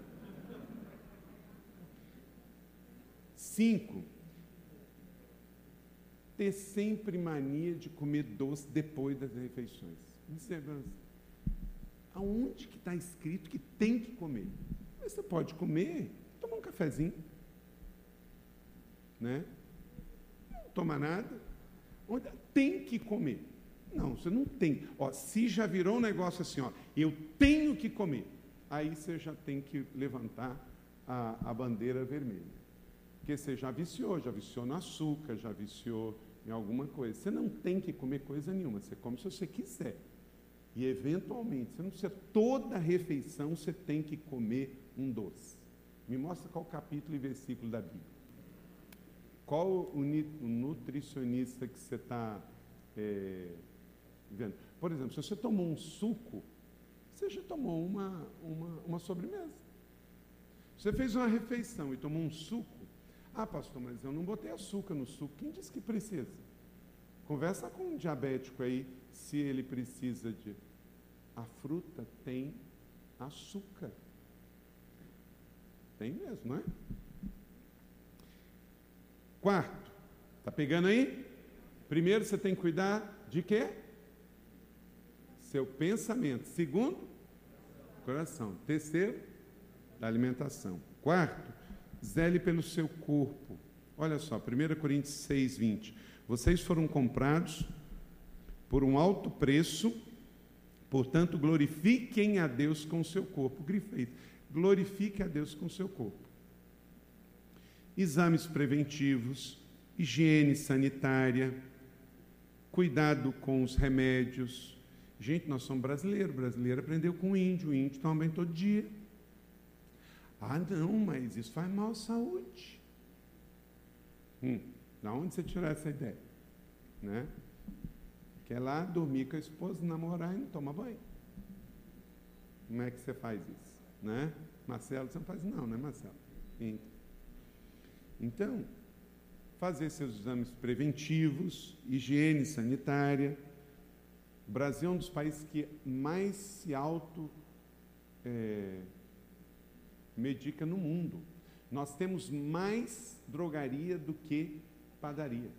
Cinco, ter sempre mania de comer doce depois das refeições. Insegurança. Aonde que está escrito que tem que comer? Mas você pode comer, tomar um cafezinho, né? Não toma nada. Onde tem que comer? Não, você não tem. Ó, se já virou um negócio assim, ó, eu tenho que comer, aí você já tem que levantar a, a bandeira vermelha. Porque você já viciou, já viciou no açúcar, já viciou em alguma coisa. Você não tem que comer coisa nenhuma, você come se você quiser. E, eventualmente, você não precisa, toda refeição você tem que comer um doce. Me mostra qual capítulo e versículo da Bíblia. Qual o nutricionista que você está é, vendo? Por exemplo, se você tomou um suco, você já tomou uma, uma, uma sobremesa. Você fez uma refeição e tomou um suco. Ah, pastor, mas eu não botei açúcar no suco. Quem disse que precisa? Conversa com um diabético aí, se ele precisa de... A fruta tem açúcar. Tem mesmo, não é? Quarto, está pegando aí? Primeiro, você tem que cuidar de quê? Seu pensamento. Segundo, coração. Terceiro, da alimentação. Quarto, zele pelo seu corpo. Olha só, primeira Coríntios seis, vinte. Vocês foram comprados por um alto preço, portanto, glorifiquem a Deus com o seu corpo. Grifei. Glorifique a Deus com o seu corpo. Exames preventivos, higiene sanitária, cuidado com os remédios. Gente, nós somos brasileiros. O brasileiro aprendeu com o índio. O índio toma banho todo dia. Ah, não, mas isso faz mal à saúde. Hum, da onde você tirou essa ideia? Né? Quer lá dormir com a esposa, namorar e não toma banho. Como é que você faz isso? Né? Marcelo, você não faz não, né, Marcelo? Então, fazer seus exames preventivos, higiene sanitária. O Brasil é um dos países que mais se auto é, medica no mundo. Nós temos mais drogaria do que padaria.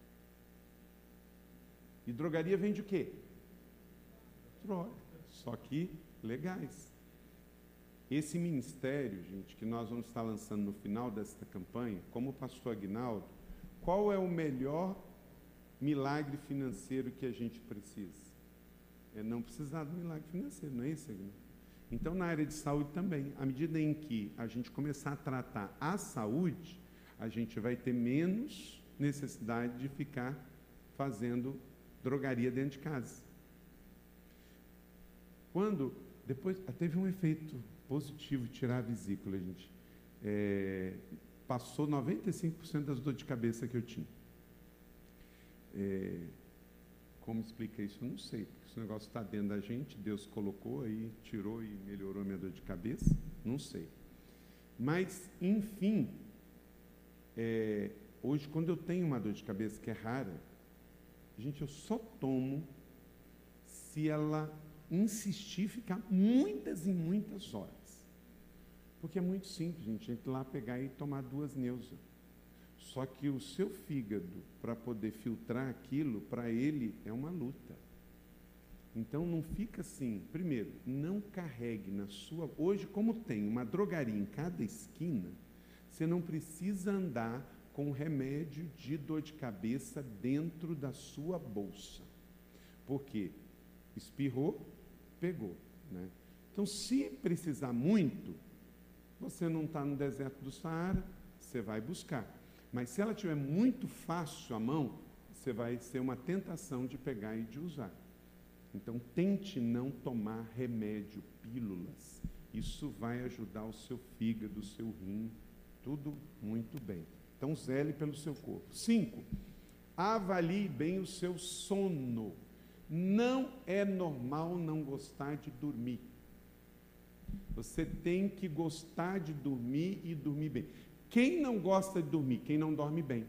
E drogaria vende o quê? Droga, só que legais. Esse ministério, gente, que nós vamos estar lançando no final desta campanha, como o pastor Aguinaldo, qual é o melhor milagre financeiro que a gente precisa? É não precisar do milagre financeiro, não é isso, Aguinaldo? Então, na área de saúde também, à medida em que a gente começar a tratar a saúde, a gente vai ter menos necessidade de ficar fazendo drogaria dentro de casa. Quando, depois, teve um efeito positivo tirar a vesícula, gente. É, passou noventa e cinco por cento das dores de cabeça que eu tinha. É, como explica isso? Eu não sei, porque esse negócio está dentro da gente, Deus colocou aí, tirou e melhorou a minha dor de cabeça, não sei. Mas, enfim, é, hoje, quando eu tenho uma dor de cabeça que é rara, gente, eu só tomo se ela insistir e ficar muitas e muitas horas. Porque é muito simples, gente, a gente ir lá pegar e tomar duas Neusa. Só que o seu fígado, para poder filtrar aquilo, para ele é uma luta. Então, não fica assim. Primeiro, não carregue na sua... Hoje, como tem uma drogaria em cada esquina, você não precisa andar com remédio de dor de cabeça dentro da sua bolsa. Porque espirrou, pegou. Né? Então, se precisar muito, você não está no deserto do Saara, você vai buscar. Mas se ela tiver muito fácil à mão, você vai ser uma tentação de pegar e de usar. Então, tente não tomar remédio, pílulas. Isso vai ajudar o seu fígado, o seu rim, tudo muito bem. Então, zele pelo seu corpo. Cinco, avalie bem o seu sono. Não é normal não gostar de dormir. Você tem que gostar de dormir e dormir bem. Quem não gosta de dormir? Quem não dorme bem.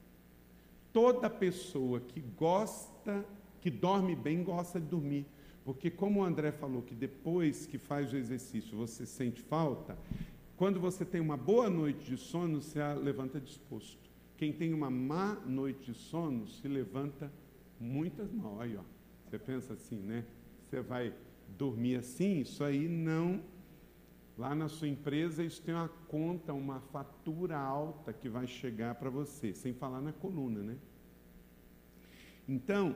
Toda pessoa que gosta, que dorme bem, gosta de dormir. Porque como o André falou, que depois que faz o exercício você sente falta, quando você tem uma boa noite de sono, você levanta disposto. Quem tem uma má noite de sono, se levanta muitas mal. Aí, ó, você pensa assim, né? Você vai dormir assim, isso aí não... Lá na sua empresa, isso tem uma conta, uma fatura alta que vai chegar para você, sem falar na coluna, né? Então,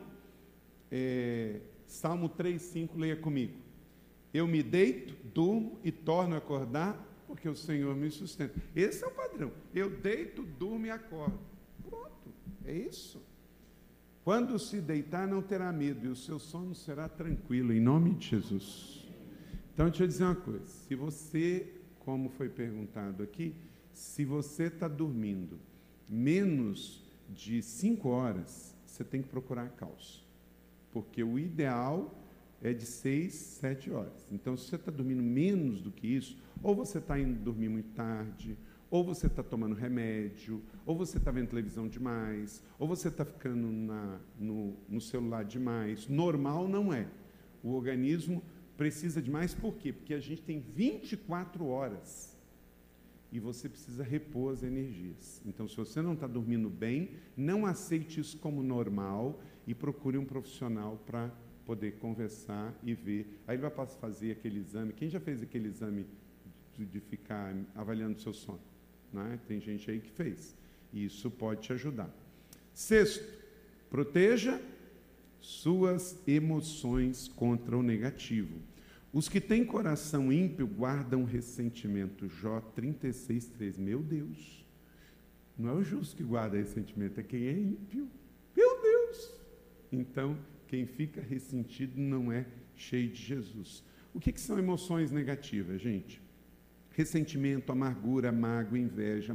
é, Salmo três, cinco, leia comigo. Eu me deito, durmo e torno a acordar, porque o Senhor me sustenta. Esse é o padrão. Eu deito, durmo e acordo. Pronto, é isso. Quando se deitar, não terá medo, e o seu sono será tranquilo, em nome de Jesus. Então, deixa eu dizer uma coisa. Se você, como foi perguntado aqui, se você está dormindo menos de cinco horas, você tem que procurar a causa. Porque o ideal é de seis, sete horas. Então, se você está dormindo menos do que isso, ou você está indo dormir muito tarde, ou você está tomando remédio, ou você está vendo televisão demais, ou você está ficando na, no, no celular demais. Normal não é. O organismo precisa de mais, por quê? Porque a gente tem vinte e quatro horas e você precisa repor as energias. Então, se você não está dormindo bem, não aceite isso como normal e procure um profissional para poder conversar e ver. Aí ele vai fazer aquele exame. Quem já fez aquele exame de, de ficar avaliando o seu sono? Né? Tem gente aí que fez. E isso pode te ajudar. Sexto, proteja suas emoções contra o negativo. Os que têm coração ímpio guardam ressentimento. Jó trinta e seis, três. Meu Deus, não é o justo que guarda ressentimento, é quem é ímpio. Meu Deus! Então, quem fica ressentido não é cheio de Jesus. O que, que são emoções negativas, gente? Ressentimento, amargura, mágoa, inveja,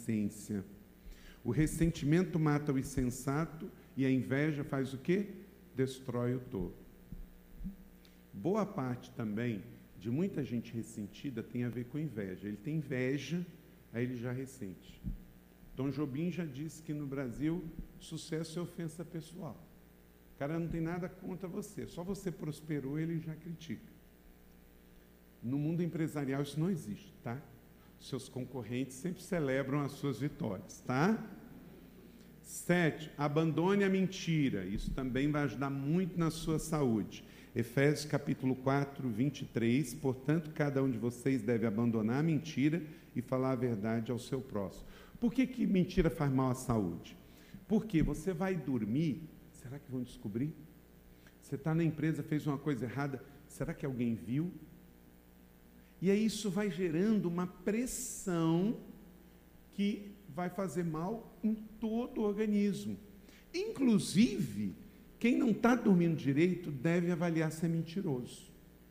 maledicência. O ressentimento mata o insensato e a inveja faz o quê? destrói o todo. Boa parte também de muita gente ressentida tem a ver com inveja. Ele tem inveja, aí ele já ressente. Tom Jobim já disse que no Brasil sucesso é ofensa pessoal. O cara não tem nada contra você, só você prosperou, ele já critica. No mundo empresarial isso não existe, tá? Seus concorrentes sempre celebram as suas vitórias, tá? Sete, abandone a mentira. Isso também vai ajudar muito na sua saúde. Efésios capítulo quatro, vinte e três, portanto, cada um de vocês deve abandonar a mentira e falar a verdade ao seu próximo. Por que que mentira faz mal à saúde? Porque você vai dormir, será que vão descobrir? Você está na empresa, fez uma coisa errada, será que alguém viu? E aí isso vai gerando uma pressão que vai fazer mal em todo o organismo. Inclusive, quem não está dormindo direito deve avaliar se é mentiroso.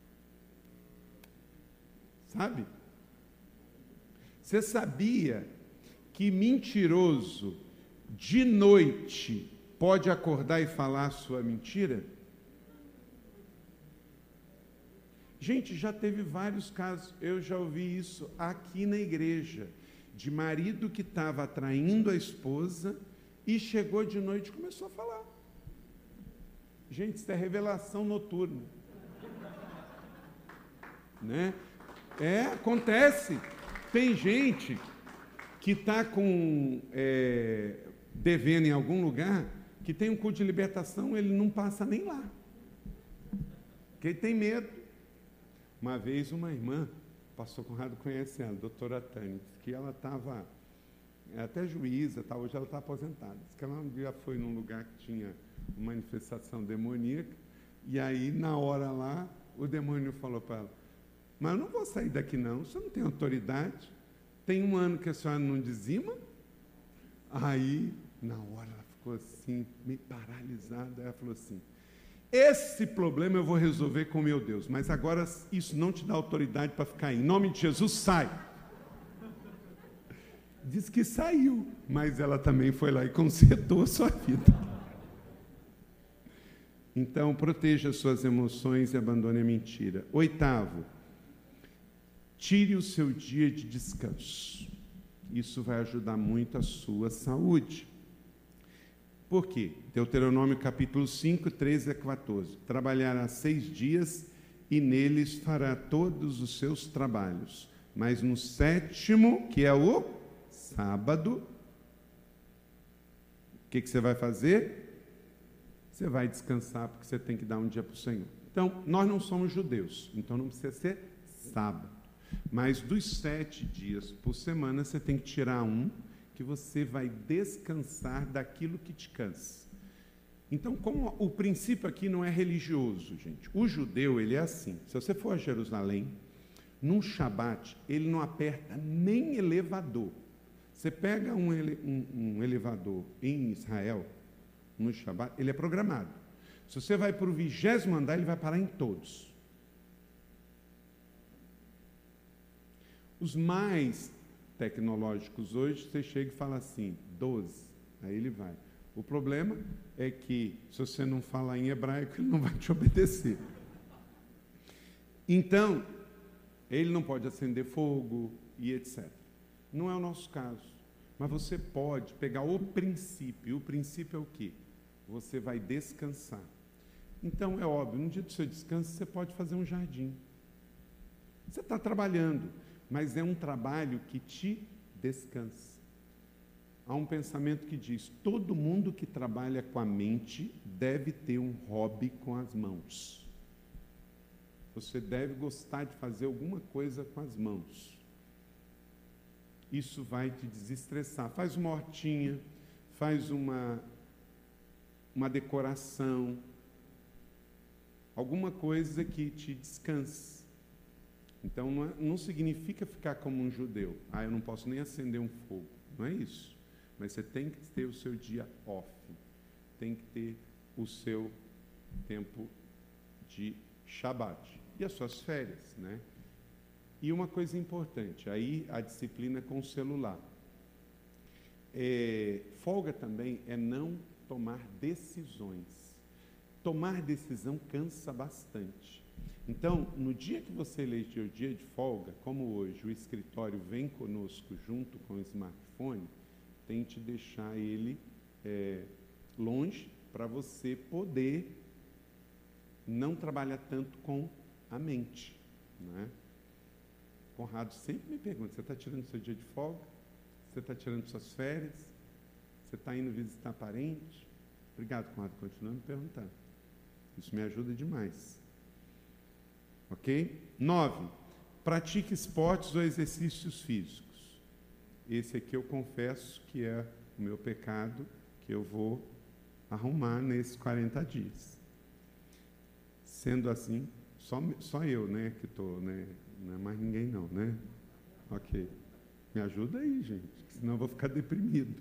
Sabe? Você sabia que mentiroso de noite pode acordar e falar a sua mentira? Gente, já teve vários casos, eu já ouvi isso aqui na igreja, de marido que estava atraindo a esposa e chegou de noite e começou a falar. Gente, isso é revelação noturna. Né? É, acontece. Tem gente que está com é, devendo em algum lugar, que tem um culto de libertação, ele não passa nem lá. Porque ele tem medo. Uma vez uma irmã, o pastor Conrado conhece ela, a doutora Tânia, que ela estava, até juíza, tá, hoje ela está aposentada. Diz que ela um dia foi num lugar que tinha uma manifestação demoníaca, e aí, na hora lá, o demônio falou para ela, mas eu não vou sair daqui não, você não tem autoridade, tem um ano que a senhora não dizima? Aí, na hora, ela ficou assim, meio paralisada, ela falou assim, esse problema eu vou resolver com meu Deus, mas agora isso não te dá autoridade para ficar aí, em nome de Jesus, sai! Diz que saiu, mas ela também foi lá e consertou a sua vida. Então, proteja suas emoções e abandone a mentira. Oitavo, tire o seu dia de descanso. Isso vai ajudar muito a sua saúde. Por quê? Deuteronômio capítulo cinco, treze a quatorze. Trabalhará seis dias e neles fará todos os seus trabalhos. Mas no sétimo, que é o sábado, o que, que você vai fazer? Você vai descansar, porque você tem que dar um dia para o Senhor. Então, nós não somos judeus, então não precisa ser sábado. Mas dos sete dias por semana, você tem que tirar um, que você vai descansar daquilo que te cansa. Então, como o princípio aqui não é religioso, gente. O judeu, ele é assim. Se você for a Jerusalém, num Shabat, ele não aperta nem elevador. Você pega um, ele, um, um elevador em Israel, no Shabat, ele é programado. Se você vai para o vigésimo andar, ele vai parar em todos. Os mais tecnológicos hoje, você chega e fala assim, doze, aí ele vai. O problema é que, se você não falar em hebraico, ele não vai te obedecer. Então, ele não pode acender fogo e etcétera. Não é o nosso caso. Mas você pode pegar o princípio. E o princípio é o quê? Você vai descansar. Então, é óbvio, no dia do seu descanso, você pode fazer um jardim. Você está trabalhando, mas é um trabalho que te descansa. Há um pensamento que diz, todo mundo que trabalha com a mente deve ter um hobby com as mãos. Você deve gostar de fazer alguma coisa com as mãos. Isso vai te desestressar. Faz uma hortinha, faz uma, uma decoração, alguma coisa que te descanse. Então, não, é, não significa ficar como um judeu. Ah, eu não posso nem acender um fogo. Não é isso. Mas você tem que ter o seu dia off. Tem que ter o seu tempo de Shabat. E as suas férias, né? E uma coisa importante, aí a disciplina com o celular. É, folga também é não tomar decisões. tomar decisão cansa bastante. Então, no dia que você eleger o dia de folga, como hoje o escritório vem conosco junto com o smartphone, tente deixar ele é, longe para você poder não trabalhar tanto com a mente, né? Conrado sempre me pergunta, você está tirando seu dia de folga? Você está tirando suas férias? Você está indo visitar parente? Obrigado, Conrado, continua me perguntando. Isso me ajuda demais. Ok? Nove, pratique esportes ou exercícios físicos. Esse aqui eu confesso que é o meu pecado, que eu vou arrumar nesses quarenta dias. Sendo assim, só, só eu, né, que estou, né, não é mais ninguém não, né? Ok. Me ajuda aí, gente, senão eu vou ficar deprimido.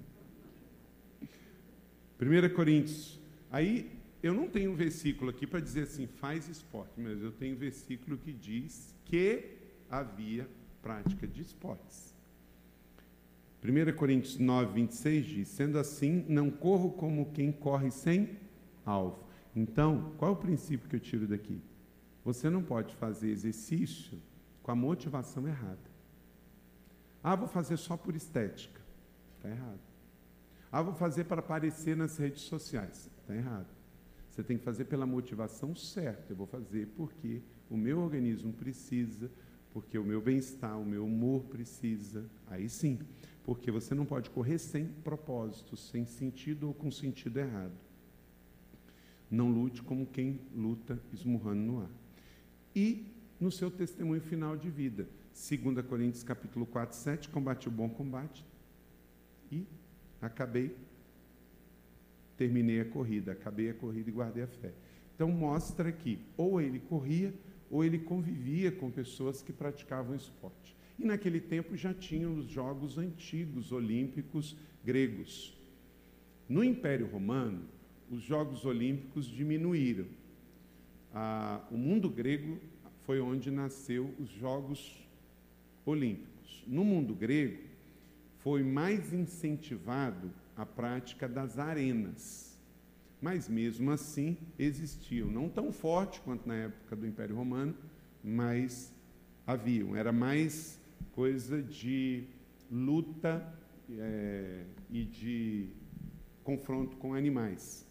primeira Coríntios. Aí, eu não tenho um versículo aqui para dizer assim, faz esporte, mas eu tenho um versículo que diz que havia prática de esportes. primeira Coríntios nove, vinte e seis diz, sendo assim, não corro como quem corre sem alvo. Então, qual é o princípio que eu tiro daqui? Você não pode fazer exercício com a motivação errada. Ah, vou fazer só por estética. Está errado. Ah, vou fazer para aparecer nas redes sociais. Está errado. Você tem que fazer pela motivação certa. Eu vou fazer porque o meu organismo precisa, porque o meu bem-estar, o meu humor precisa. Aí sim. Porque você não pode correr sem propósito, sem sentido ou com sentido errado. Não lute como quem luta esmurrando no ar. E no seu testemunho final de vida. segunda Coríntios capítulo quatro, sete, combati o bom combate e acabei, terminei a corrida, acabei a corrida e guardei a fé. Então mostra que ou ele corria ou ele convivia com pessoas que praticavam esporte. E naquele tempo já tinham os jogos antigos olímpicos gregos. No Império Romano, os Jogos Olímpicos diminuíram. Ah, o mundo grego foi onde nasceu os Jogos Olímpicos. No mundo grego, foi mais incentivado a prática das arenas. Mas, mesmo assim, existiam. Não tão forte quanto na época do Império Romano, mas haviam. Era mais coisa de luta é, e de confronto com animais.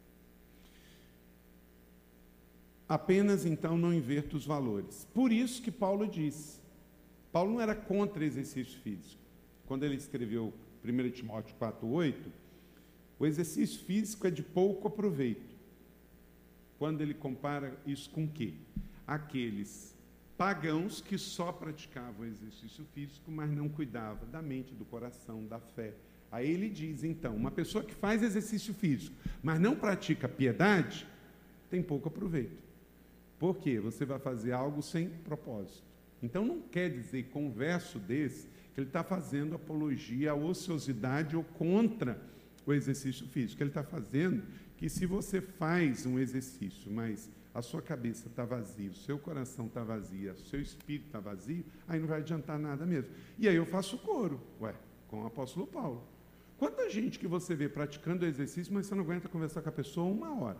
Apenas, então, não inverta os valores. Por isso que Paulo disse. Paulo não era contra exercício físico. Quando ele escreveu primeira Timóteo quatro, oito, o exercício físico é de pouco proveito. Quando ele compara isso com o quê? Aqueles pagãos que só praticavam exercício físico, mas não cuidavam da mente, do coração, da fé. Aí ele diz, então, uma pessoa que faz exercício físico, mas não pratica piedade, tem pouco proveito. Por quê? Você vai fazer algo sem propósito. Então, não quer dizer, com um verso desse, que ele está fazendo apologia à ociosidade ou contra o exercício físico. Ele está fazendo que, se você faz um exercício, mas a sua cabeça está vazia, o seu coração está vazio, o seu espírito está vazio, aí não vai adiantar nada mesmo. E aí eu faço coro, ué, com o apóstolo Paulo. Quanta gente que você vê praticando o exercício, mas você não aguenta conversar com a pessoa uma hora.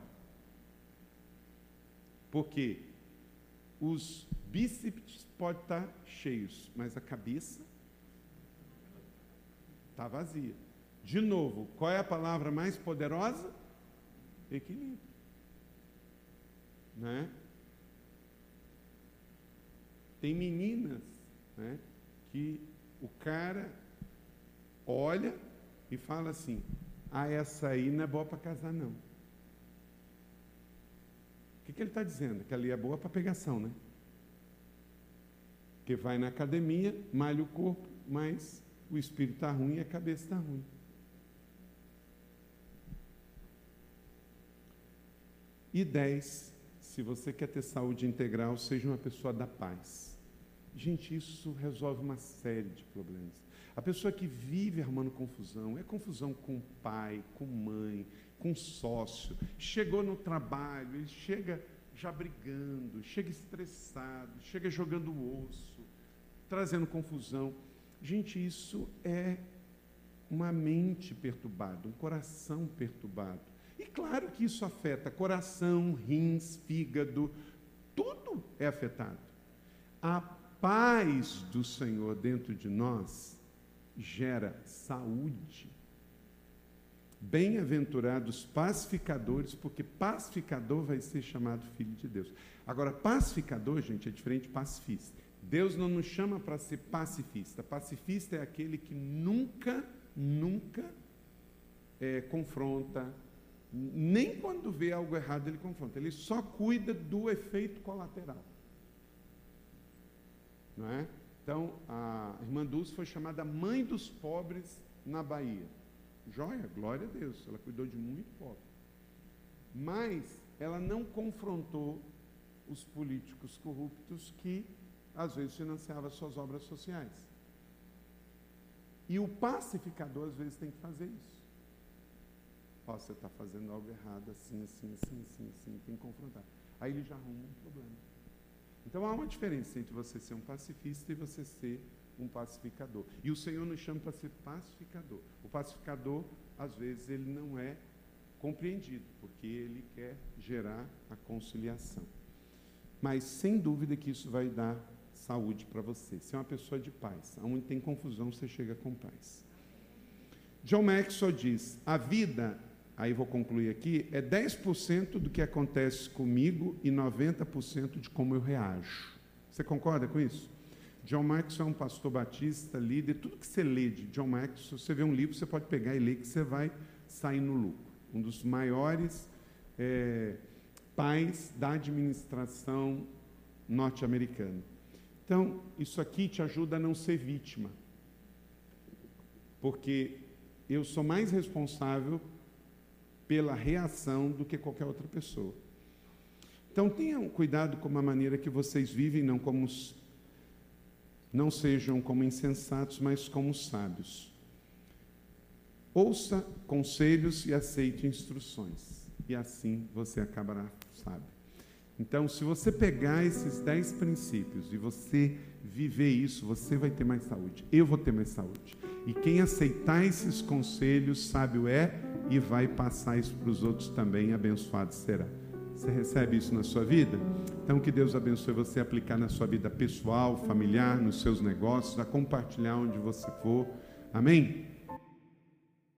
Porque os bíceps podem estar cheios, mas a cabeça está vazia. De novo, qual é a palavra mais poderosa? Equilíbrio. Né? Tem meninas, né, que o cara olha e fala assim, ah, essa aí não é boa para casar, não. O que, que ele está dizendo? Que ali é boa para pegação, né? Que vai na academia, malha o corpo, mas o espírito está ruim e a cabeça está ruim. E dez, se você quer ter saúde integral, seja uma pessoa da paz. Gente, isso resolve uma série de problemas. A pessoa que vive arrumando confusão, é confusão com pai, com mãe, com sócio, chegou no trabalho, ele chega já brigando, chega estressado, chega jogando o osso, trazendo confusão. Gente, isso é uma mente perturbada, um coração perturbado. E claro que isso afeta coração, rins, fígado, tudo é afetado. A paz do Senhor dentro de nós gera saúde. Bem-aventurados pacificadores, porque pacificador vai ser chamado filho de Deus. Agora, pacificador, gente, é diferente de pacifista. Deus não nos chama para ser pacifista. Pacifista é aquele que nunca, nunca é, confronta, nem quando vê algo errado ele confronta. Ele só cuida do efeito colateral. Não é? Então, a irmã Dulce foi chamada mãe dos pobres na Bahia. Joia, glória a Deus, ela cuidou de muito pobre. Mas ela não confrontou os políticos corruptos que, às vezes, financiavam suas obras sociais. E o pacificador, às vezes, tem que fazer isso. Ó, você está fazendo algo errado, assim, assim, assim, assim, assim, tem que confrontar. Aí ele já arruma um problema. Então, há uma diferença entre você ser um pacifista e você ser um pacificador. E o Senhor nos chama para ser pacificador. O pacificador, às vezes, ele não é compreendido, porque ele quer gerar a conciliação. Mas, sem dúvida que isso vai dar saúde para você. Você é uma pessoa de paz. Onde tem confusão, você chega com paz. John Maxwell diz, a vida, aí vou concluir aqui, é dez por cento do que acontece comigo e noventa por cento de como eu reajo. Você concorda com isso? John Maxwell é um pastor batista, líder. Tudo que você lê de John Maxwell, você vê um livro, você pode pegar e ler que você vai sair no lucro. Um dos maiores é, pais da administração norte-americana. Então, isso aqui te ajuda a não ser vítima. Porque eu sou mais responsável pela reação do que qualquer outra pessoa. Então, tenham cuidado com a maneira que vocês vivem, não como os Não sejam como insensatos, mas como sábios. Ouça conselhos e aceite instruções. E assim você acabará sábio. Então, se você pegar esses dez princípios e você viver isso, você vai ter mais saúde. Eu vou ter mais saúde. E quem aceitar esses conselhos, sábio é e vai passar isso para os outros também, abençoado será. Você recebe isso na sua vida? Então, que Deus abençoe você a aplicar na sua vida pessoal, familiar, nos seus negócios, a compartilhar onde você for. Amém?